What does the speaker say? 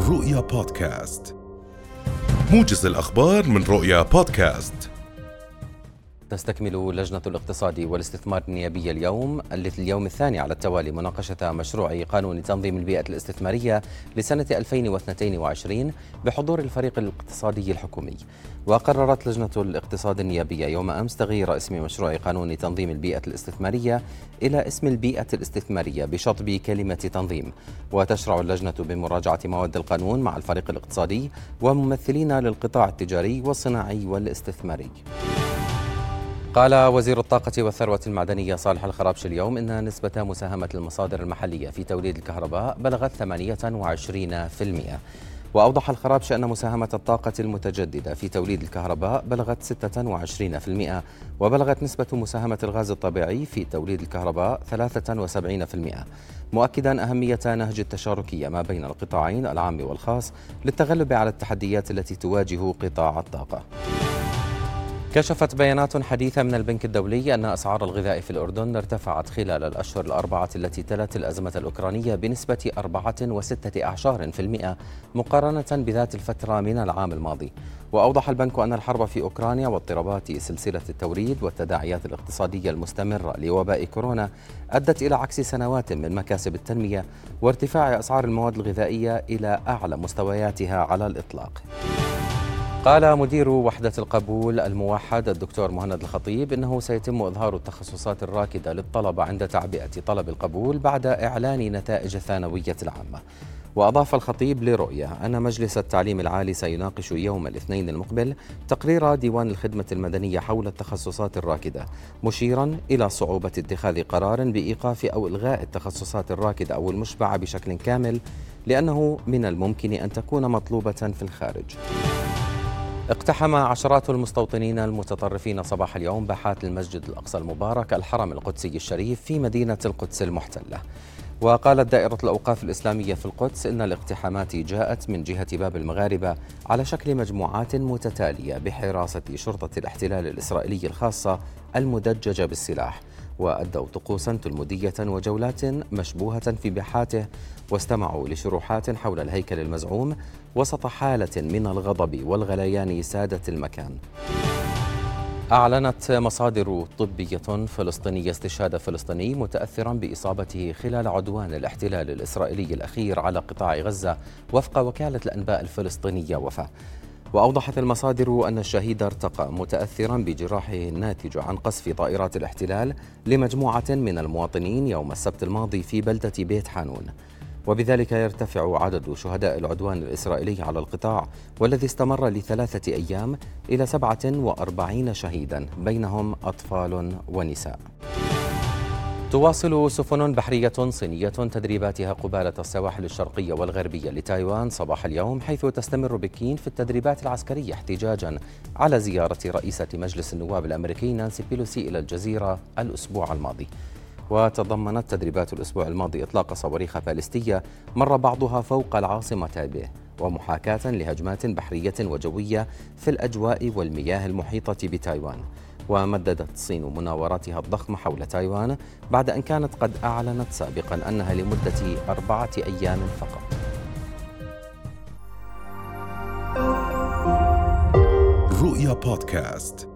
رؤيا بودكاست، موجز الأخبار من رؤيا بودكاست. تستكمل لجنة الاقتصاد والاستثمار النيابية اليوم الثاني على التوالي مناقشة مشروع قانون تنظيم البيئة الاستثمارية لسنة 2022 بحضور الفريق الاقتصادي الحكومي. وقررت لجنة الاقتصاد النيابية يوم أمس تغيير اسم مشروع قانون تنظيم البيئة الاستثمارية إلى اسم البيئة الاستثمارية بشطب كلمة تنظيم. وتشرع اللجنة بمراجعة مواد القانون مع الفريق الاقتصادي وممثلين للقطاع التجاري والصناعي والاستثماري. قال وزير الطاقة والثروة المعدنية صالح الخرابشي اليوم إن نسبة مساهمة المصادر المحلية في توليد الكهرباء بلغت 28%. وأوضح الخرابشي أن مساهمة الطاقة المتجددة في توليد الكهرباء بلغت 26%، وبلغت نسبة مساهمة الغاز الطبيعي في توليد الكهرباء 73%، مؤكدا أهمية نهج التشاركية ما بين القطاعين العام والخاص للتغلب على التحديات التي تواجه قطاع الطاقة. كشفت بيانات حديثة من البنك الدولي أن أسعار الغذاء في الأردن ارتفعت خلال الأشهر الأربعة التي تلت الأزمة الأوكرانية بنسبة 4.6% مقارنة بذات الفترة من العام الماضي. وأوضح البنك أن الحرب في أوكرانيا واضطرابات سلسلة التوريد والتداعيات الاقتصادية المستمرة لوباء كورونا أدت إلى عكس سنوات من مكاسب التنمية وارتفاع أسعار المواد الغذائية إلى أعلى مستوياتها على الإطلاق. قال مدير وحدة القبول الموحد الدكتور مهند الخطيب إنه سيتم إظهار التخصصات الراكدة للطلبة عند تعبئة طلب القبول بعد إعلان نتائج الثانوية العامة. وأضاف الخطيب لرؤية أن مجلس التعليم العالي سيناقش يوم الاثنين المقبل تقرير ديوان الخدمة المدنية حول التخصصات الراكدة، مشيرا إلى صعوبة اتخاذ قرار بإيقاف أو إلغاء التخصصات الراكدة أو المشبعة بشكل كامل، لأنه من الممكن أن تكون مطلوبة في الخارج. اقتحم عشرات المستوطنين المتطرفين صباح اليوم باحات المسجد الأقصى المبارك الحرم القدسي الشريف في مدينة القدس المحتلة. وقالت دائرة الأوقاف الإسلامية في القدس إن الاقتحامات جاءت من جهة باب المغاربة على شكل مجموعات متتالية بحراسة شرطة الاحتلال الإسرائيلي الخاصة المدججة بالسلاح، وأدوا طقوسا تلمودية وجولات مشبوهة في باحاته، واستمعوا لشروحات حول الهيكل المزعوم وسط حالة من الغضب والغليان سادت المكان. أعلنت مصادر طبية فلسطينية استشهاد فلسطيني متأثرا بإصابته خلال عدوان الاحتلال الإسرائيلي الأخير على قطاع غزة وفق وكالة الأنباء الفلسطينية وفاء. وأوضحت المصادر أن الشهيد ارتقى متأثرا بجراحه الناتج عن قصف طائرات الاحتلال لمجموعة من المواطنين يوم السبت الماضي في بلدة بيت حانون، وبذلك يرتفع عدد شهداء العدوان الإسرائيلي على القطاع والذي استمر ل3 أيام إلى 47 شهيدا بينهم أطفال ونساء. تواصل سفن بحرية صينية تدريباتها قبالة السواحل الشرقية والغربية لتايوان صباح اليوم، حيث تستمر بكين في التدريبات العسكرية احتجاجا على زيارة رئيسة مجلس النواب الأمريكي نانسي بيلوسي إلى الجزيرة الأسبوع الماضي. وتضمنت تدريبات الأسبوع الماضي إطلاق صواريخ باليستية مر بعضها فوق العاصمة تايبيه، ومحاكاة لهجمات بحرية وجوية في الأجواء والمياه المحيطة بتايوان. ومددت الصين مناوراتها الضخمة حول تايوان بعد أن كانت قد أعلنت سابقا أنها لمدة 4 أيام فقط. رؤيا بودكاست.